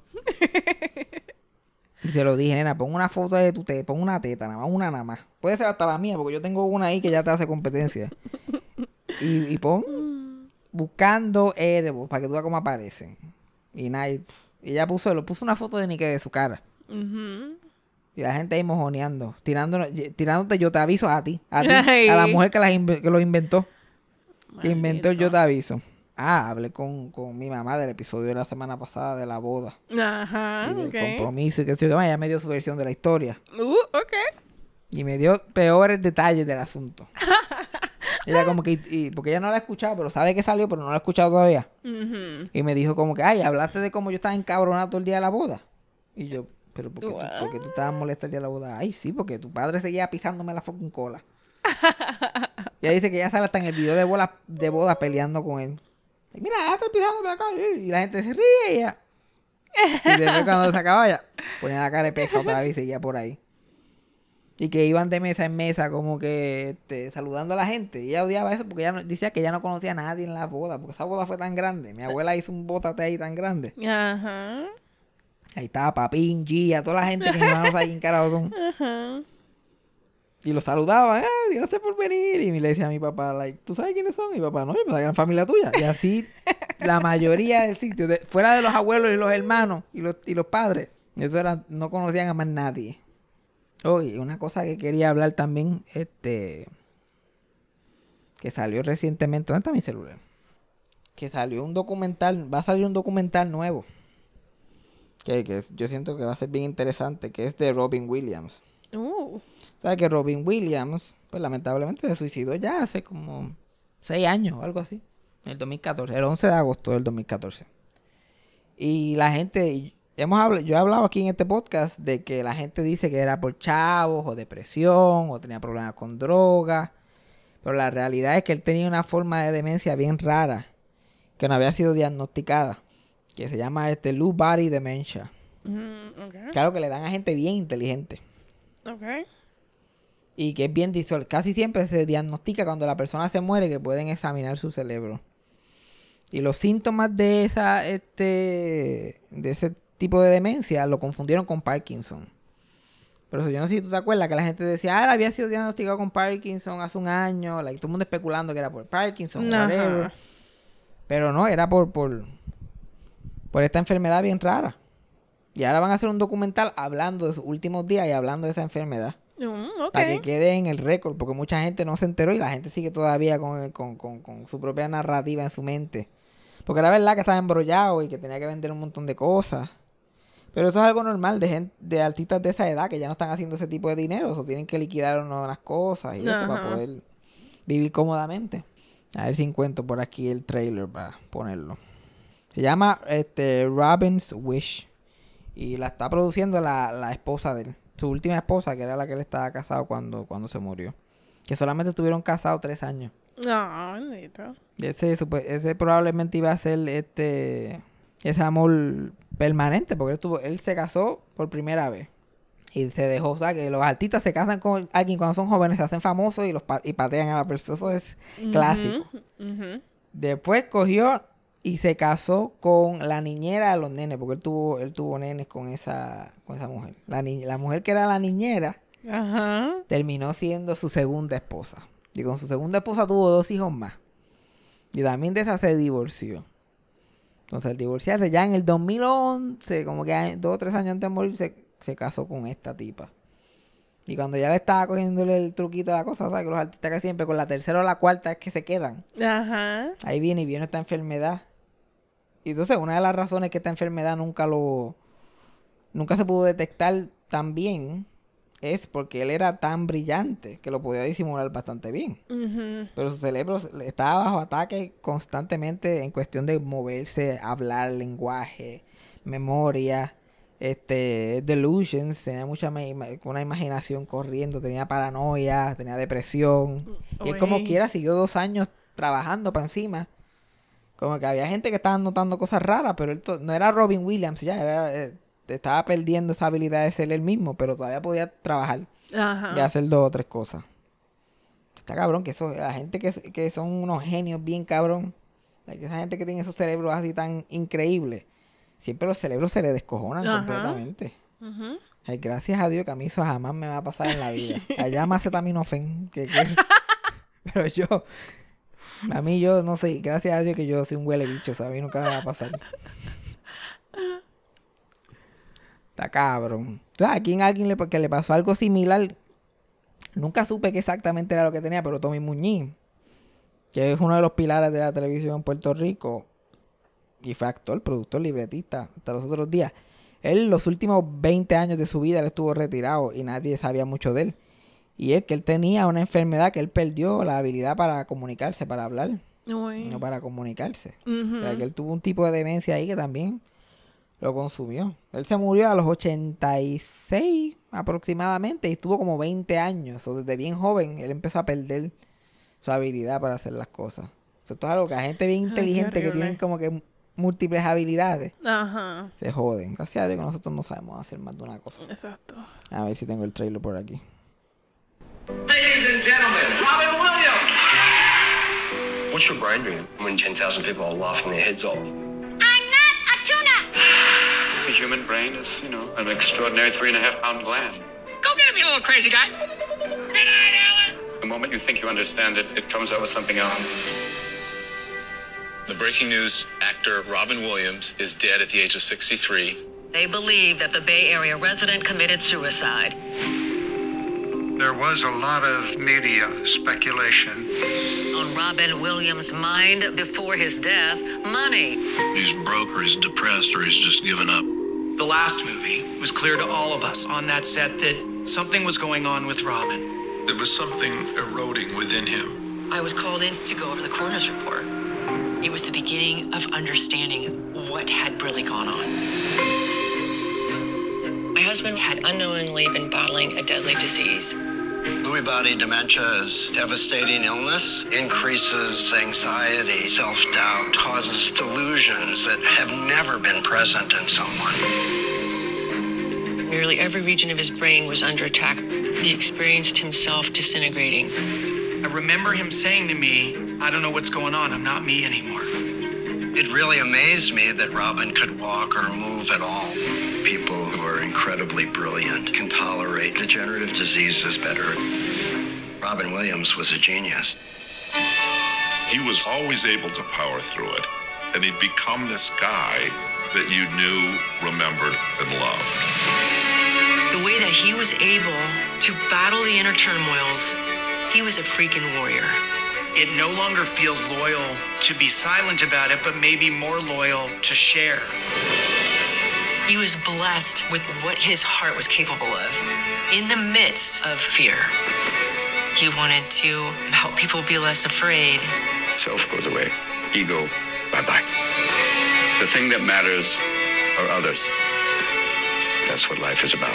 Y se lo dije, nena, pon una foto de tu teta, pon una teta, nada más, una nada más. Puede ser hasta la mía, porque yo tengo una ahí que ya te hace competencia. Y, y pon buscando edibles para que tú veas cómo aparecen. Y nada, y ella puso, lo puso una foto de Nike de su cara. Ujú. Y la gente ahí mojoneando, tirándonos, y- tirándote yo te aviso a ti, a ti, Ay. a la mujer que, las inve- que los inventó, que inventó el yo Maldito. te aviso. Ah, hablé con, con mi mamá del episodio de la semana pasada de la boda Ajá, y del ok. compromiso y que sé yo, ella me dio su versión de la historia Uh, ok. y me dio peores detalles del asunto. Ella como que, y- y- porque ella no la ha escuchado, pero sabe que salió, pero no la ha escuchado todavía. Ujú. Y me dijo como que, ay, hablaste de cómo yo estaba encabronado todo el día de la boda. Y yo, pero ¿por qué, tú, What? por qué tú estabas molesta el día de la boda? Ay, sí, porque tu padre seguía pisándome la fucking cola. Y ella dice que ella sale hasta en el video de boda, de boda peleando con él. Y mira, ya estoy pisándome acá. Y la gente se ríe y ella. Y después cuando se acaba ya, ponía la cara de peja otra vez y seguía por ahí. Y que iban de mesa en mesa como que este, saludando a la gente. Y ella odiaba eso porque ella no- decía que ella no conocía a nadie en la boda. Porque esa boda fue tan grande. Mi abuela hizo un bótate ahí tan grande. Ajá. Ahí estaba Papín, Gia, toda la gente que mi hermano sabe quién carajo son. Ajá. Y los saludaba, ah, gracias por venir. Y le decía a mi papá, like, ¿tú sabes quiénes son? Y mi papá, no, yo pensaba que eran familia tuya. Y así la mayoría del sitio, de- fuera de los abuelos y los hermanos y los, y los padres, eso era, no conocían a más nadie. Oye, una cosa que quería hablar también, este, que salió recientemente, ¿dónde está mi celular? Que salió un documental, va a salir un documental nuevo. Que, que es- yo siento que va a ser bien interesante, que es de Robin Williams. Uh. ¿Sabes que Robin Williams, pues lamentablemente se suicidó ya hace como seis años o algo así? En el dos mil catorce, el once de agosto del dos mil catorce. Y la gente, y hemos hablado, yo he hablado aquí en este podcast de que la gente dice que era por chavos o depresión o tenía problemas con drogas. Pero la realidad es que él tenía una forma de demencia bien rara que no había sido diagnosticada, que se llama este Lewy Body Dementia. Mm, ok. Claro que le dan a gente bien inteligente. Ok. Y que es bien disol casi siempre se diagnostica cuando la persona se muere, que pueden examinar su cerebro. Y los síntomas de esa este de ese tipo de demencia lo confundieron con Parkinson. Pero eso, yo no sé si tú te acuerdas que la gente decía, ah, él había sido diagnosticado con Parkinson hace un año, like, todo el mundo especulando que era por Parkinson, Ajá. whatever. Pero no, era por, por por esta enfermedad bien rara. Y ahora van a hacer un documental hablando de sus últimos días y hablando de esa enfermedad. Mm, ok. Para que quede en el récord, porque mucha gente no se enteró y la gente sigue todavía con, el- con, con, con su propia narrativa en su mente. Porque era verdad que estaba embrollado y que tenía que vender un montón de cosas. Pero eso es algo normal de gente, de artistas de esa edad que ya no están haciendo ese tipo de dinero. O tienen que liquidar unas cosas y eso Ajá. para poder vivir cómodamente. A ver si encuentro por aquí el trailer para ponerlo. Se llama este Robin's Wish. Y la está produciendo la, la esposa de él. Su última esposa, que era la que él estaba casado cuando, cuando se murió. Que solamente estuvieron casados tres años. No, bendito. Y ese, supe- ese probablemente iba a ser este ese amor permanente. Porque él, estuvo, él se casó por primera vez. Y se dejó. O sea, que los artistas se casan con alguien cuando son jóvenes, se hacen famosos y los pa- y patean a la persona. Eso es clásico. Ujú, ujú. Después cogió y se casó con la niñera de los nenes, porque él tuvo, él tuvo nenes con esa, con esa mujer. La, ni- la mujer que era la niñera Ajá. terminó siendo su segunda esposa. Y con su segunda esposa tuvo dos hijos más. Y también de esa se divorció. Entonces, al divorciarse ya en el dos mil once, como que a- dos o tres años antes de morir, se, se casó con esta tipa. Y cuando ya le estaba cogiéndole el truquito de la cosa, ¿sabes? Que los artistas que siempre con la tercera o la cuarta es que se quedan. Ajá. Ahí viene y viene esta enfermedad. Y entonces una de las razones que esta enfermedad nunca lo... Nunca se pudo detectar tan bien es porque él era tan brillante que lo podía disimular bastante bien. Ujú. Pero su cerebro estaba bajo ataque constantemente en cuestión de moverse, hablar, lenguaje, memoria, este, delusions, tenía mucha ma- ima- una imaginación corriendo, tenía paranoia, tenía depresión. Y él como Uy. quiera siguió dos años trabajando para encima. Como que había gente que estaba notando cosas raras, pero él to- no era Robin Williams, ya era, eh, estaba perdiendo esa habilidad de ser él mismo, pero todavía podía trabajar Ajá. y hacer dos o tres cosas. Está cabrón que eso, la gente que, que son unos genios bien cabrón, like, esa gente que tiene esos cerebros así tan increíbles, siempre los cerebros se le descojonan Ajá. completamente. Ujú. Ay, gracias a Dios que a mí eso jamás me va a pasar en la vida. Allá más acetaminofén que, que pero yo, a mí yo no sé, gracias a Dios que yo soy un huele bicho, o sea, a mí nunca me va a pasar. Está cabrón. O sea, aquí en alguien le, porque le pasó algo similar. Nunca supe qué exactamente era lo que tenía, pero Tommy Muñiz, que es uno de los pilares de la televisión en Puerto Rico, y fue actor, productor, libretista, hasta los otros días. Él, los últimos veinte años de su vida, él estuvo retirado y nadie sabía mucho de él. Y él, que él tenía una enfermedad que él perdió la habilidad para comunicarse, para hablar, Uy. no para comunicarse. Ujú. O sea, que él tuvo un tipo de demencia ahí que también lo consumió. Él se murió a los ochenta y seis aproximadamente y estuvo como veinte años. O desde bien joven él empezó a perder su habilidad para hacer las cosas. O sea, esto es algo que a gente bien Ay, qué inteligente que horrible. tienen como que múltiples habilidades Ajá. se joden. Gracias a Dios que nosotros no sabemos hacer más de una cosa. Exacto. A ver si tengo el trailer por aquí. Ladies and gentlemen, Robin Williams! What's your brain doing when ten thousand people are laughing their heads off? I'm not a tuna! The human brain is, you know, an extraordinary three and a half pound gland. Go get him, you little crazy guy! Good night, Alice! The moment you think you understand it, it comes out with something else. The breaking news, actor Robin Williams is dead at the age of sixty-three. They believe that the Bay Area resident committed suicide. There was a lot of media speculation. On Robin Williams' mind before his death, money. He's broke or he's depressed or he's just given up. The last movie was clear to all of us on that set that something was going on with Robin. There was something eroding within him. I was called in to go over the coroner's report. It was the beginning of understanding what had really gone on. My husband had unknowingly been battling a deadly disease. Lewy body dementia is devastating illness, increases anxiety, self-doubt, causes delusions that have never been present in someone. Nearly every region of his brain was under attack. He experienced himself disintegrating. I remember him saying to me, I don't know what's going on, I'm not me anymore. It really amazed me that Robin could walk or move at all. People who are incredibly brilliant can tolerate degenerative diseases better. Robin Williams was a genius. He was always able to power through it, and he'd become this guy that you knew, remembered, and loved. The way that he was able to battle the inner turmoils, he was a freaking warrior. It no longer feels loyal to be silent about it, but maybe more loyal to share. He was blessed with what his heart was capable of. In the midst of fear, he wanted to help people be less afraid. Self goes away. Ego, bye-bye. The thing that matters are others. That's what life is about.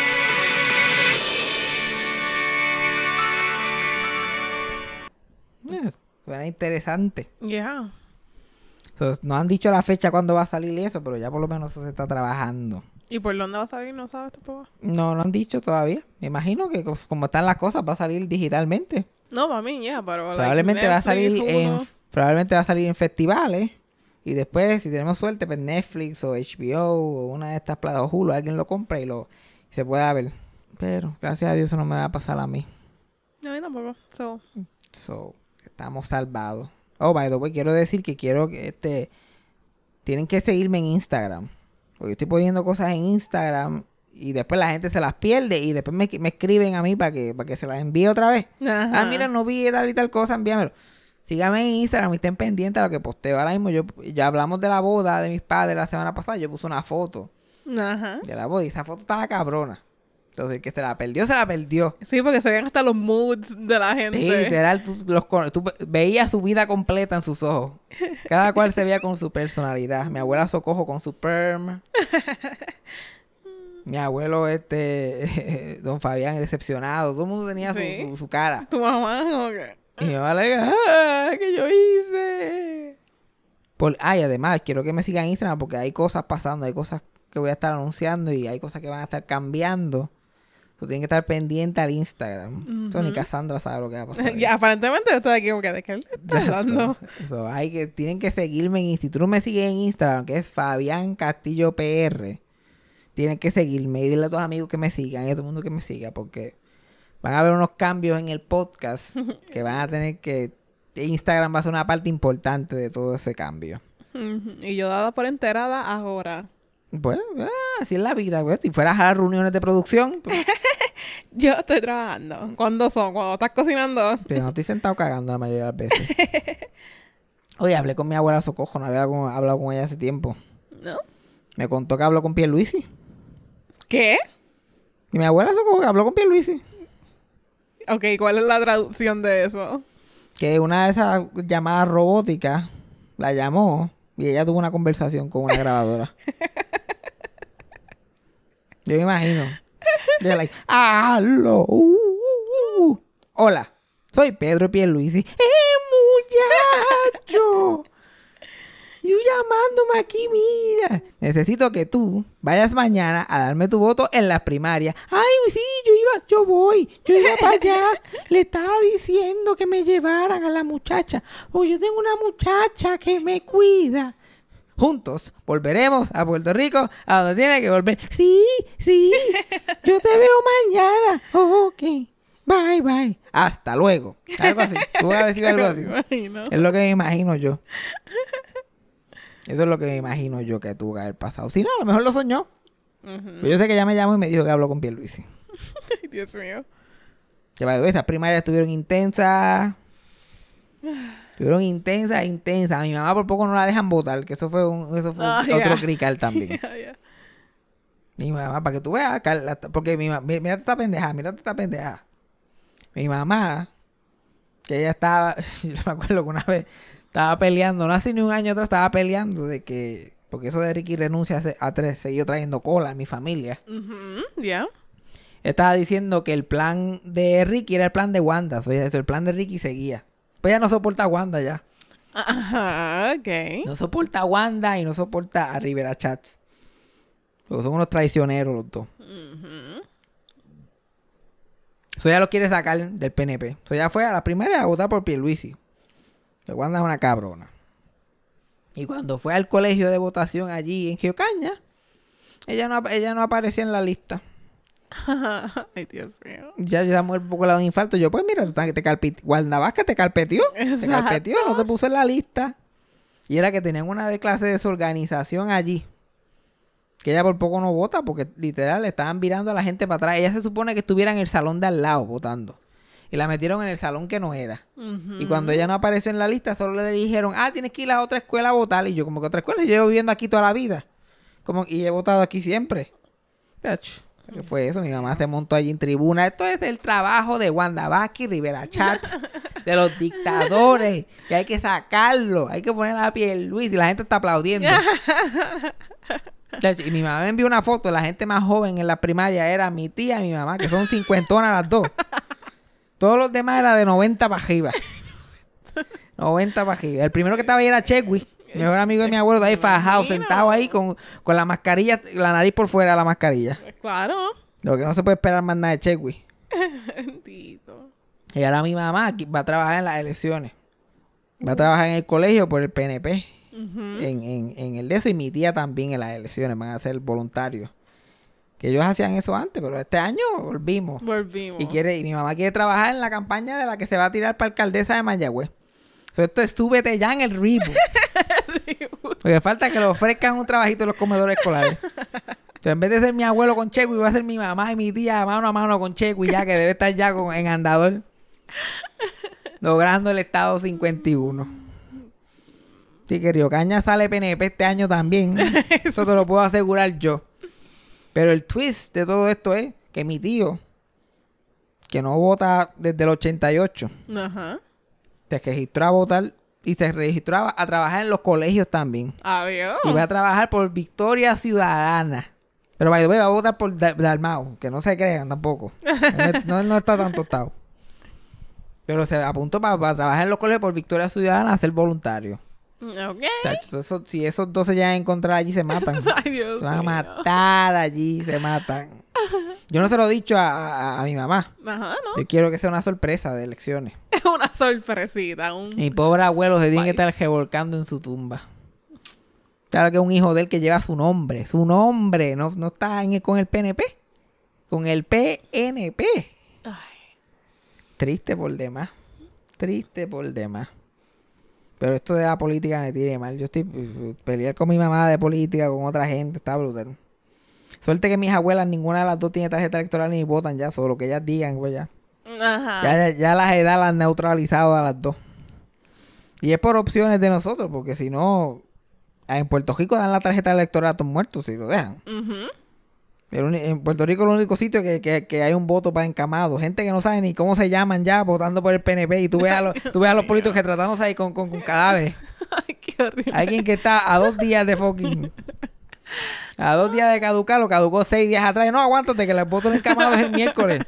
Eh, suena interesante. Yeah. So, no han dicho la fecha cuándo va a salir eso, pero ya por lo menos eso se está trabajando. ¿Y por dónde va a salir? ¿No sabes tampoco? No lo han dicho todavía. Me imagino que co- como están las cosas va a salir digitalmente. No, para mí, ya, pero... like, Probablemente va a salir Netflix, en Hulu. probablemente va a salir en festivales y después si tenemos suerte pues Netflix o H B O o una de estas plataformas, Hulu, alguien lo compra y lo y se pueda ver. Pero gracias a Dios eso no me va a pasar a mí. No, a mí tampoco. So, So, estamos salvados. Oh, by the way, quiero decir que quiero que este tienen que seguirme en Instagram. Porque estoy poniendo cosas en Instagram y después la gente se las pierde y después me, me escriben a mí para que para que se las envíe otra vez. Ajá. Ah, mira, no vi tal y tal cosa, envíamelo. Síganme en Instagram y estén pendientes a lo que posteo. Ahora mismo yo ya hablamos de la boda de mis padres la semana pasada. Yo puse una foto Ajá. de la boda y esa foto estaba cabrona. Entonces el que se la perdió, se la perdió. Sí, porque se ven hasta los moods de la gente. Sí, literal, tú, los, tú veías su vida completa en sus ojos. Cada cual se veía con su personalidad. Mi abuela Socojo con su perm. Mi abuelo, este, don Fabián, decepcionado. Todo el mundo tenía Sí. su, su, su cara. Tu mamá, como que... Y mi mamá le dice, ¡ah! ¿Qué yo hice? Por, ah, y además, quiero que me sigan en Instagram porque hay cosas pasando, hay cosas que voy a estar anunciando y hay cosas que van a estar cambiando. Tú tienes que estar pendiente al Instagram. Uh-huh. Eso ni Cassandra sabe lo que va a pasar. Ya, aparentemente yo estoy aquí como que, ¿de qué él está hablando? Eso, hay que, tienen que seguirme en Instagram. Si tú no me sigues en Instagram, que es Fabián Castillo P R, tienen que seguirme y dile a tus amigos que me sigan y a todo el mundo que me siga porque van a haber unos cambios en el podcast que van a tener que... Instagram va a ser una parte importante de todo ese cambio. Uh-huh. Y yo dada por enterada ahora. Pues, ah, así es la vida, pues. Si fueras a las reuniones de producción... Pues, yo estoy trabajando. ¿Cuándo son? ¿Cuando estás cocinando? pues, no estoy sentado cagando la mayoría de las veces. Oye, hablé con mi abuela Socojo. No había con- hablado con ella hace tiempo. ¿No? Me contó que habló con Pierluisi. ¿Qué? Y mi abuela Socojo que habló con Pierluisi. Ok, ¿cuál es la traducción de eso? Que una de esas llamadas robóticas la llamó y ella tuvo una conversación con una grabadora. Yo me imagino. They're like, ¡aló! Uh, uh, uh. Hola, soy Pedro Pierluisi. ¡Eh, muchacho! Yo llamándome aquí, mira. Necesito que tú vayas mañana a darme tu voto en las primarias. Ay, sí, yo iba, yo voy, yo iba para allá. Le estaba diciendo que me llevaran a la muchacha. Pues yo tengo una muchacha que me cuida. Juntos volveremos a Puerto Rico, a donde tiene que volver. Sí, sí, yo te veo mañana. Ok, bye, bye. Hasta luego. Algo así. Tuvo que haber sido algo así. Es lo que me imagino yo. Eso es lo que me imagino yo que tuvo que haber pasado. Si no, a lo mejor lo soñó. Uh-huh. Pero yo sé que ella me llamó y me dijo que habló con Pierluisi. Ay, Dios mío. Que by the way, esas primarias estuvieron intensas. Estuvieron intensas, intensas. A mi mamá por poco no la dejan votar, que eso fue un, eso fue Oh, otro yeah. crical también. Yeah, yeah. Mi mamá, para que tú veas, Carla, porque mi mamá, mira esta pendeja, mira esta pendeja. Mi mamá, que ella estaba, yo me acuerdo que una vez estaba peleando, no hace ni un año atrás estaba peleando de que, porque eso de Ricky renuncia a tres, siguió trayendo cola en mi familia. Uh-huh. Yeah. Estaba diciendo que el plan de Ricky era el plan de Wanda, o sea, eso, el plan de Ricky seguía. Pues ella no soporta a Wanda ya. Ajá, ok. No soporta a Wanda y no soporta a Rivera Chats. Porque son unos traicioneros los dos. Uh-huh. Eso ya lo quiere sacar del P N P. Eso ya fue a la primera a votar por Pierluisi. Que Wanda es una cabrona. Y cuando fue al colegio de votación allí en Geocaña, ella no, ella no aparecía en la lista. Ay, Dios mío. Ya ya muerto un poco de un infarto. Yo, pues mira, te, te carpet... Wanda Vázquez te carpeteó. Exacto. Te carpeteó, no te puso en la lista. Y era que tenían una de clase de desorganización allí. Que ella por poco no vota porque literal le estaban virando a la gente para atrás. Ella se supone que estuviera en el salón de al lado votando. Y la metieron en el salón que no era. Uh-huh. Y cuando ella no apareció en la lista, solo le dijeron, ah, tienes que ir a otra escuela a votar. Y yo, como que otra escuela, yo llevo viviendo aquí toda la vida. Como, y he votado aquí siempre. ¿Qué fue eso? Mi mamá se montó allí en tribuna. Esto es el trabajo de Wanda Vázquez, Rivera Chats, de los dictadores. Y hay que sacarlo. Hay que poner a Pierluisi. Y la gente está aplaudiendo. Y mi mamá me envió una foto. La gente más joven en la primaria era mi tía y mi mamá, que son cincuentonas las dos. Todos los demás era de noventa para arriba. noventa para arriba. El primero que estaba ahí era Chegui, mi mejor amigo de mi abuelo, de ahí fajado, sentado ahí con, con la mascarilla, la nariz por fuera de la mascarilla. Claro. Lo que no se puede esperar más nada de Chegui. Bendito. Y ahora mi mamá aquí va a trabajar en las elecciones. Va a trabajar en el colegio por el P N P. Uh-huh. en, en, en el de eso. Y mi tía también en las elecciones. Van a ser voluntarios. Que ellos hacían eso antes, pero este año volvimos. Volvimos. Y quiere y mi mamá quiere trabajar en la campaña de la que se va a tirar para alcaldesa de Mayagüez. So, esto es súbete ya en el reboot. Porque falta que le ofrezcan un trabajito en los comedores escolares. So, en vez de ser mi abuelo con Checo, iba a ser mi mamá y mi tía mano a mano con Checo y ya que debe estar ya con, en andador. logrando el estado cincuenta y uno. Sí, que Río Caña sale P N P este año también. Eso te lo puedo asegurar yo. Pero el twist de todo esto es que mi tío, que no vota desde el ochenta y ocho, Ajá. se registró a votar y se registraba a trabajar en los colegios también. Adiós. Y va a trabajar por Victoria Ciudadana. Pero by the way, va a votar por Da- Dalmau, que no se crean tampoco. Él no, no está tan tostado. Pero se apuntó para, para trabajar en los colegios por Victoria Ciudadana a ser voluntario. Ok. Chacho, eso- si esos dos se llegan a encontrar allí, se matan. Ay, Dios Se van a mío. matar allí, se matan. Yo no se lo he dicho a, a- a mi mamá. Ajá, ¿no? Yo quiero que sea una sorpresa de elecciones. Es una sorpresita. Un... Mi pobre abuelo se tiene que estar revolcando en su tumba. Claro que es un hijo de él que lleva su nombre. Su nombre. No, no está en el- con el P N P. Con el P N P. Ay. Triste por demás. Triste por demás. Pero esto de la política me tiene mal. Yo estoy uh, pelear con mi mamá de política, con otra gente. Está brutal. Suerte que mis abuelas, ninguna de las dos tiene tarjeta electoral ni votan ya. Solo lo que ellas digan, pues ya. Ajá. Ya, ya, ya las edades las han neutralizado a las dos. Y es por opciones de nosotros, porque si no, en Puerto Rico dan la tarjeta electoral a todos muertos si lo dejan. Ujú. El uni- en Puerto Rico es el único sitio que, que, que hay un voto para encamados. Gente que no sabe ni cómo se llaman ya votando por el P N P. Y tú ves a los, tú ves a los políticos que tratándose ahí con, con, con cadáveres. Ay, qué horrible. Alguien que está a dos días de fucking... A dos días de caducar, lo caducó seis días atrás. Y no, aguántate que el voto encamado es el miércoles.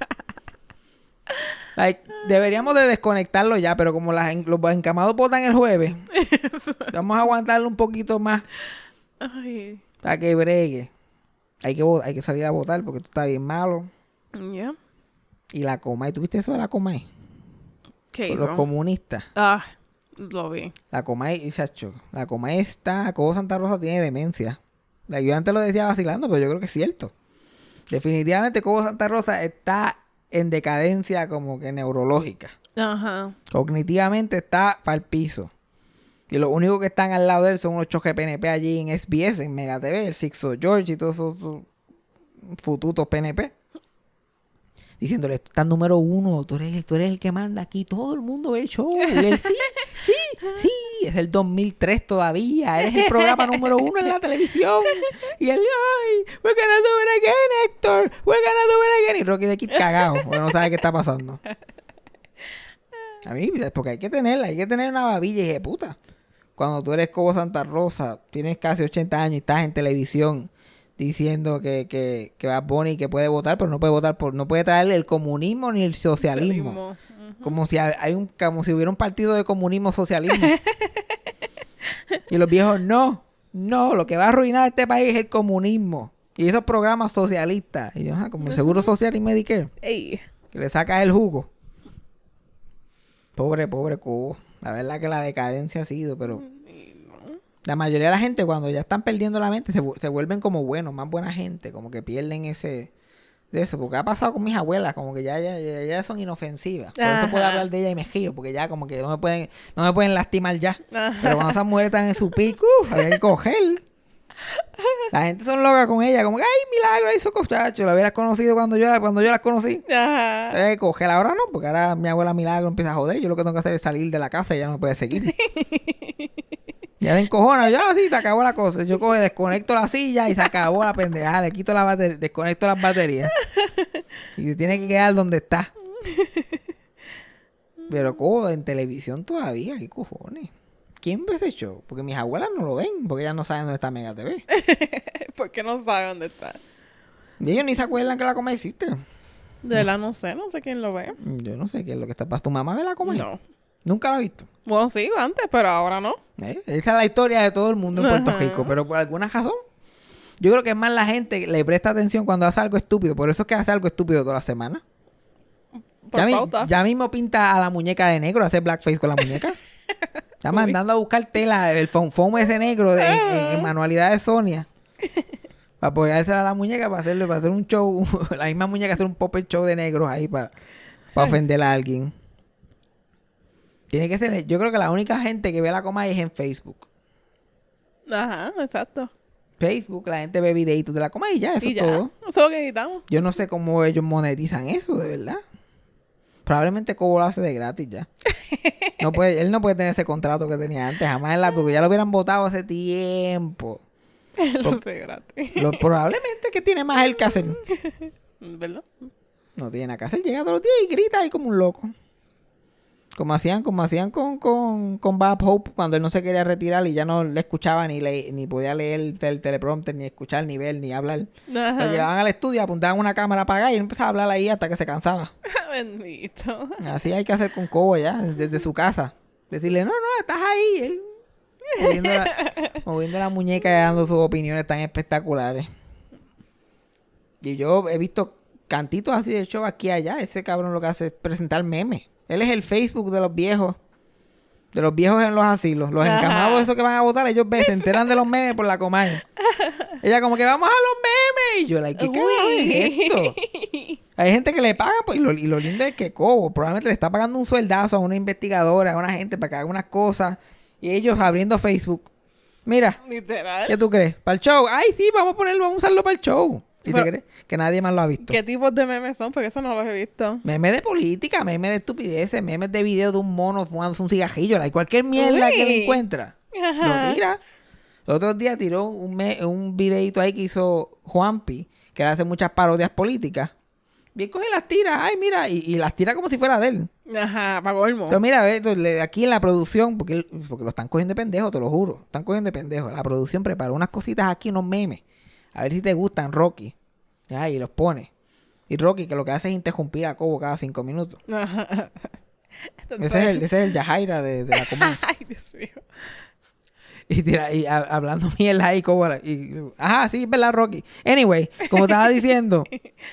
Like, deberíamos de desconectarlo ya, pero como las, en- los encamados votan el jueves, vamos a aguantarlo un poquito más Ay. para que bregue. Hay que, vo- hay que salir a votar porque esto está bien malo. Ya. Y la Comay, ¿tuviste eso de la Comay? ¿Qué Por hizo? los comunistas. Ah, lo vi. La Comay, chacho, la Comay está, Cobo Santa Rosa tiene demencia. Like, yo antes lo decía vacilando, pero yo creo que es cierto. Definitivamente Cobo Santa Rosa está en decadencia como que neurológica. Ajá. Cognitivamente está para el piso. Y los únicos que están al lado de él son unos choques P N P allí en S B S, en Mega T V, el Sixto George y todos esos esos fututos P N P. Diciéndole, tú estás número uno, tú eres, tú eres el que manda aquí, todo el mundo ve el show. Y él, sí, sí, sí, es el dos mil tres todavía, eres el programa número uno en la televisión. Y él, ay, we're gonna do it again, Héctor, we're gonna do it again. Y Rocky de aquí cagado, porque no sabe qué está pasando. A mí, porque hay que tenerla, hay que tener una babilla, hija de puta. Cuando tú eres Cobo Santa Rosa, tienes casi ochenta años y estás en televisión diciendo que, que, que Bad Bunny que puede votar, pero no puede votar por, no puede traerle el comunismo ni el socialismo. Socialismo. Ujú. Como si hay un, como si hubiera un partido de comunismo socialismo. Y los viejos, no, no, lo que va a arruinar este país es el comunismo. Y esos programas socialistas. Y yo, ajá, como el Seguro Social y Medicare. Ey. Que le sacas el jugo. Pobre, pobre Cubo. La verdad que la decadencia ha sido, pero... La mayoría de la gente cuando ya están perdiendo la mente se, vu- se vuelven como buenos, más buena gente. Como que pierden ese... De eso. Porque ha pasado con mis abuelas. Como que ya, ya, ya, ya son inofensivas. Por eso puedo Ajá. hablar de ella y me río. Porque ya como que no me pueden... No me pueden lastimar ya. Ajá. Pero cuando esas mujeres están en su pico, uf, había que coger. La gente son locas con ella. Como que, ay, Milagro hizo cochacho. La hubieras conocido cuando yo, la- cuando yo las conocí. Ajá. Había que coger. Ahora no, porque ahora mi abuela Milagro empieza a joder. Yo lo que tengo que hacer es salir de la casa y ya no me puede seguir. Ya le encojona. Ya, sí, te acabó la cosa. Yo coge, desconecto la silla y se acabó la pendeja. Le quito la batería, desconecto las baterías. Y se tiene que quedar donde está. Pero como en televisión todavía, ¿qué cojones? ¿Quién ve ese show? Porque mis abuelas no lo ven, porque ellas no saben dónde está Mega T V. ¿Por qué no sabe dónde está? Y ellos ni se acuerdan que la Comay existe. De la no sé, no sé quién lo ve. Yo no sé qué es lo que está pasando. ¿Tu mamá ve la Comay? No. Nunca la ha visto. Bueno, sí, antes, pero ahora no. ¿Eh? Esa es la historia de todo el mundo en Puerto Ajá. Rico, pero por alguna razón. Yo creo que es más la gente que le presta atención cuando hace algo estúpido. Por eso es que hace algo estúpido toda la semana. Por Ya, mi- pauta. ya mismo pinta a la muñeca de negro, hace blackface con la muñeca. Está mandando a buscar tela, el foam, foam ese negro de, en, en- en manualidad de Sonia. Para apoyarse a la muñeca para hacerle, para hacer un show, la misma muñeca hacer un puppet show de negros ahí para, para ofender a alguien. Tiene que ser, yo creo que la única gente que ve la Comay es en Facebook. Ajá, exacto. Facebook, la gente ve videitos de la Comay y ya, eso Y es ya. todo. Eso es lo que necesitamos. Yo no sé cómo ellos monetizan eso, de verdad. Probablemente Cobo lo hace de gratis ya. No puede, él no puede tener ese contrato que tenía antes, jamás en la... Porque ya lo hubieran votado hace tiempo. Él lo hace gratis. Lo, probablemente que tiene más él que hacer. ¿Verdad? No tiene nada que hacer. Llega todos los días y grita ahí como un loco. Como hacían, como hacían con, con, con Bob Hope cuando él no se quería retirar y ya no le escuchaba ni le, ni podía leer el, el teleprompter, ni escuchar, ni ver, ni hablar. Ajá. Lo llevaban al estudio, apuntaban una cámara apagada y él empezaba a hablar ahí hasta que se cansaba. Bendito. Así hay que hacer con Cobo ya, desde su casa. Decirle, no, no, estás ahí. Él moviendo la, moviendo la muñeca y dando sus opiniones tan espectaculares. Y yo he visto cantitos así de show aquí y allá. Ese cabrón lo que hace es presentar memes. Él es el Facebook de los viejos. De los viejos en los asilos. Los Ajá. encamados esos que van a votar, ellos ven, se enteran de los memes por la comadre. Ella como que vamos a los memes. Y yo, like, ¿qué carajo es esto? Hay gente que le paga, pues, y lo, y lo lindo es que Cobo probablemente le está pagando un sueldazo a una investigadora, a una gente para que haga unas cosas. Y ellos abriendo Facebook. Mira. Literal. ¿Qué tú crees? ¿Para el show? Ay, sí, vamos a ponerlo, vamos a usarlo para el show. ¿Y Pero, se cree que nadie más lo ha visto? ¿Qué tipos de memes son? Porque eso no los he visto. Memes de política, memes de estupideces, memes de video de un mono fumándose un cigarrillo, like, cualquier mierda Uy. que le encuentra. Ajá. Lo tira. Los otros días tiró un, me un videito ahí que hizo Juanpi, que él hace muchas parodias políticas. Y él coge las tira, ay, mira, y, y las tira como si fuera de él. Ajá, para colmo. Entonces, mira, ve, entonces, aquí en la producción, porque, él- porque lo están cogiendo de pendejo, te lo juro. Están cogiendo de pendejo. La producción preparó unas cositas aquí, unos memes. A ver si te gustan, Rocky. Ya, y los pone. Y Rocky, que lo que hace es interrumpir a Cobo cada cinco minutos. Ajá. Ese es el, ese es el Yajaira de, de la comunidad. Ay, Dios mío. Y, tira, y a- hablando mierda ahí, Cobo. Y, ajá, sí, es verdad, Rocky. Anyway, como estaba diciendo.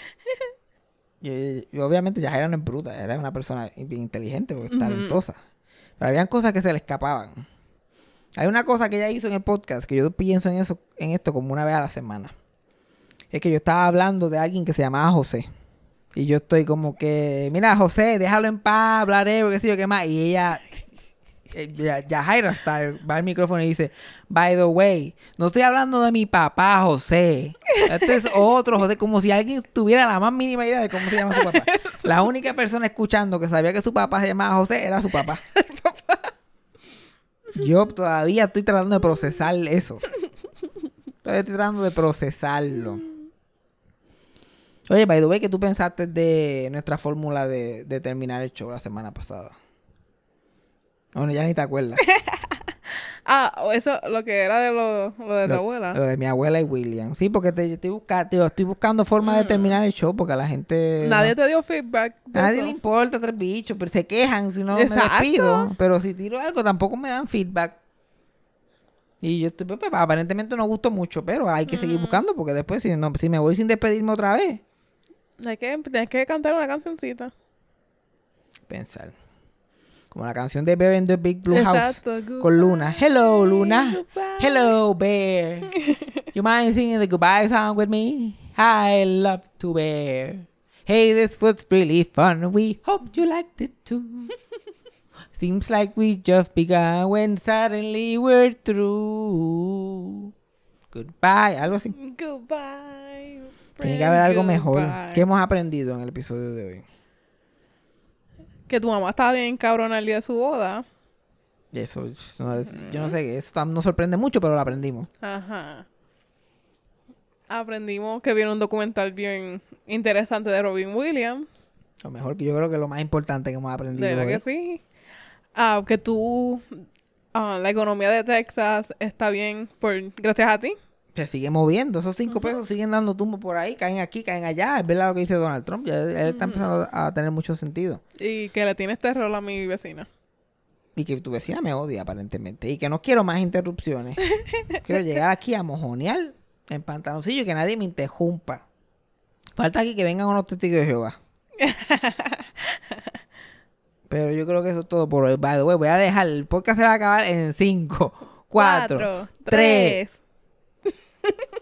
Y, y obviamente Yajaira no es bruta. Era una persona bien inteligente porque es Ujú. talentosa. Pero habían cosas que se le escapaban. Hay una cosa que ella hizo en el podcast que yo pienso en eso, en esto como una vez a la semana. Es que yo estaba hablando de alguien que se llamaba José. Y yo estoy como que, mira, José, déjalo en paz, hablaré, qué sé yo, qué más. Y ella, eh, ya, Yajaira Style, va al micrófono y dice, by the way, no estoy hablando de mi papá, José. Este es otro José, como si alguien tuviera la más mínima idea de cómo se llama su papá. La única persona escuchando que sabía que su papá se llamaba José era su papá. Yo todavía estoy tratando de procesar eso. Todavía estoy tratando de procesarlo. Oye, by the way, ¿qué tú pensaste de nuestra fórmula de, de terminar el show la semana pasada? Bueno, ya ni te acuerdas. Ah, o eso, lo que era de lo, lo de tu Lo, abuela. lo de mi abuela y William. Sí, porque te, estoy, busca, te- estoy buscando forma de terminar el show porque a la gente... Nadie no- te dio feedback. de Nadie eso. le importa tres bichos, pero se quejan si no Exacto. me despido. Pero si tiro algo tampoco me dan feedback. Y yo estoy, pues, pues, aparentemente no gusto mucho, pero hay que seguir buscando porque después si no, si me voy sin despedirme otra vez. Hay que, tienes que cantar una cancioncita. Pensar. Como la canción de Bear in the Big Blue Exacto, House goodbye, con Luna. Hello, Luna. goodbye. Hello, Bear. You mind singing the goodbye song with me? I love to bear. Hey, this was really fun. We hope you liked it too. Seems like we just begun when suddenly we're through. Goodbye. Algo así. Goodbye. Tiene que haber algo mejor. Goodbye. ¿Qué hemos aprendido en el episodio de hoy? Que tu mamá estaba bien cabrona el día de su boda. Eso, eso no es- yo no sé, eso tam- nos sorprende mucho, pero lo aprendimos. Ajá. Aprendimos que viene un documental bien interesante de Robin Williams. Lo mejor que yo creo que es lo más importante que hemos aprendido De verdad hoy. que sí. Ah, que tú... ah, la economía de Texas está bien por gracias a ti. Se sigue moviendo. Esos cinco pesos siguen dando tumbo por ahí, caen aquí, caen allá. Es verdad lo que dice Donald Trump. Ya él está empezando a tener mucho sentido. Y que le tienes terror a mi vecina. Y que tu vecina me odia, aparentemente. Y que no quiero más interrupciones. Quiero llegar aquí a mojonear en pantaloncillo y que nadie me interrumpa. Falta aquí que vengan unos testigos de Jehová. Pero yo creo que eso es todo por hoy. By the way, voy a dejar. El podcast se va a acabar en cinco, cuatro, tres. tres.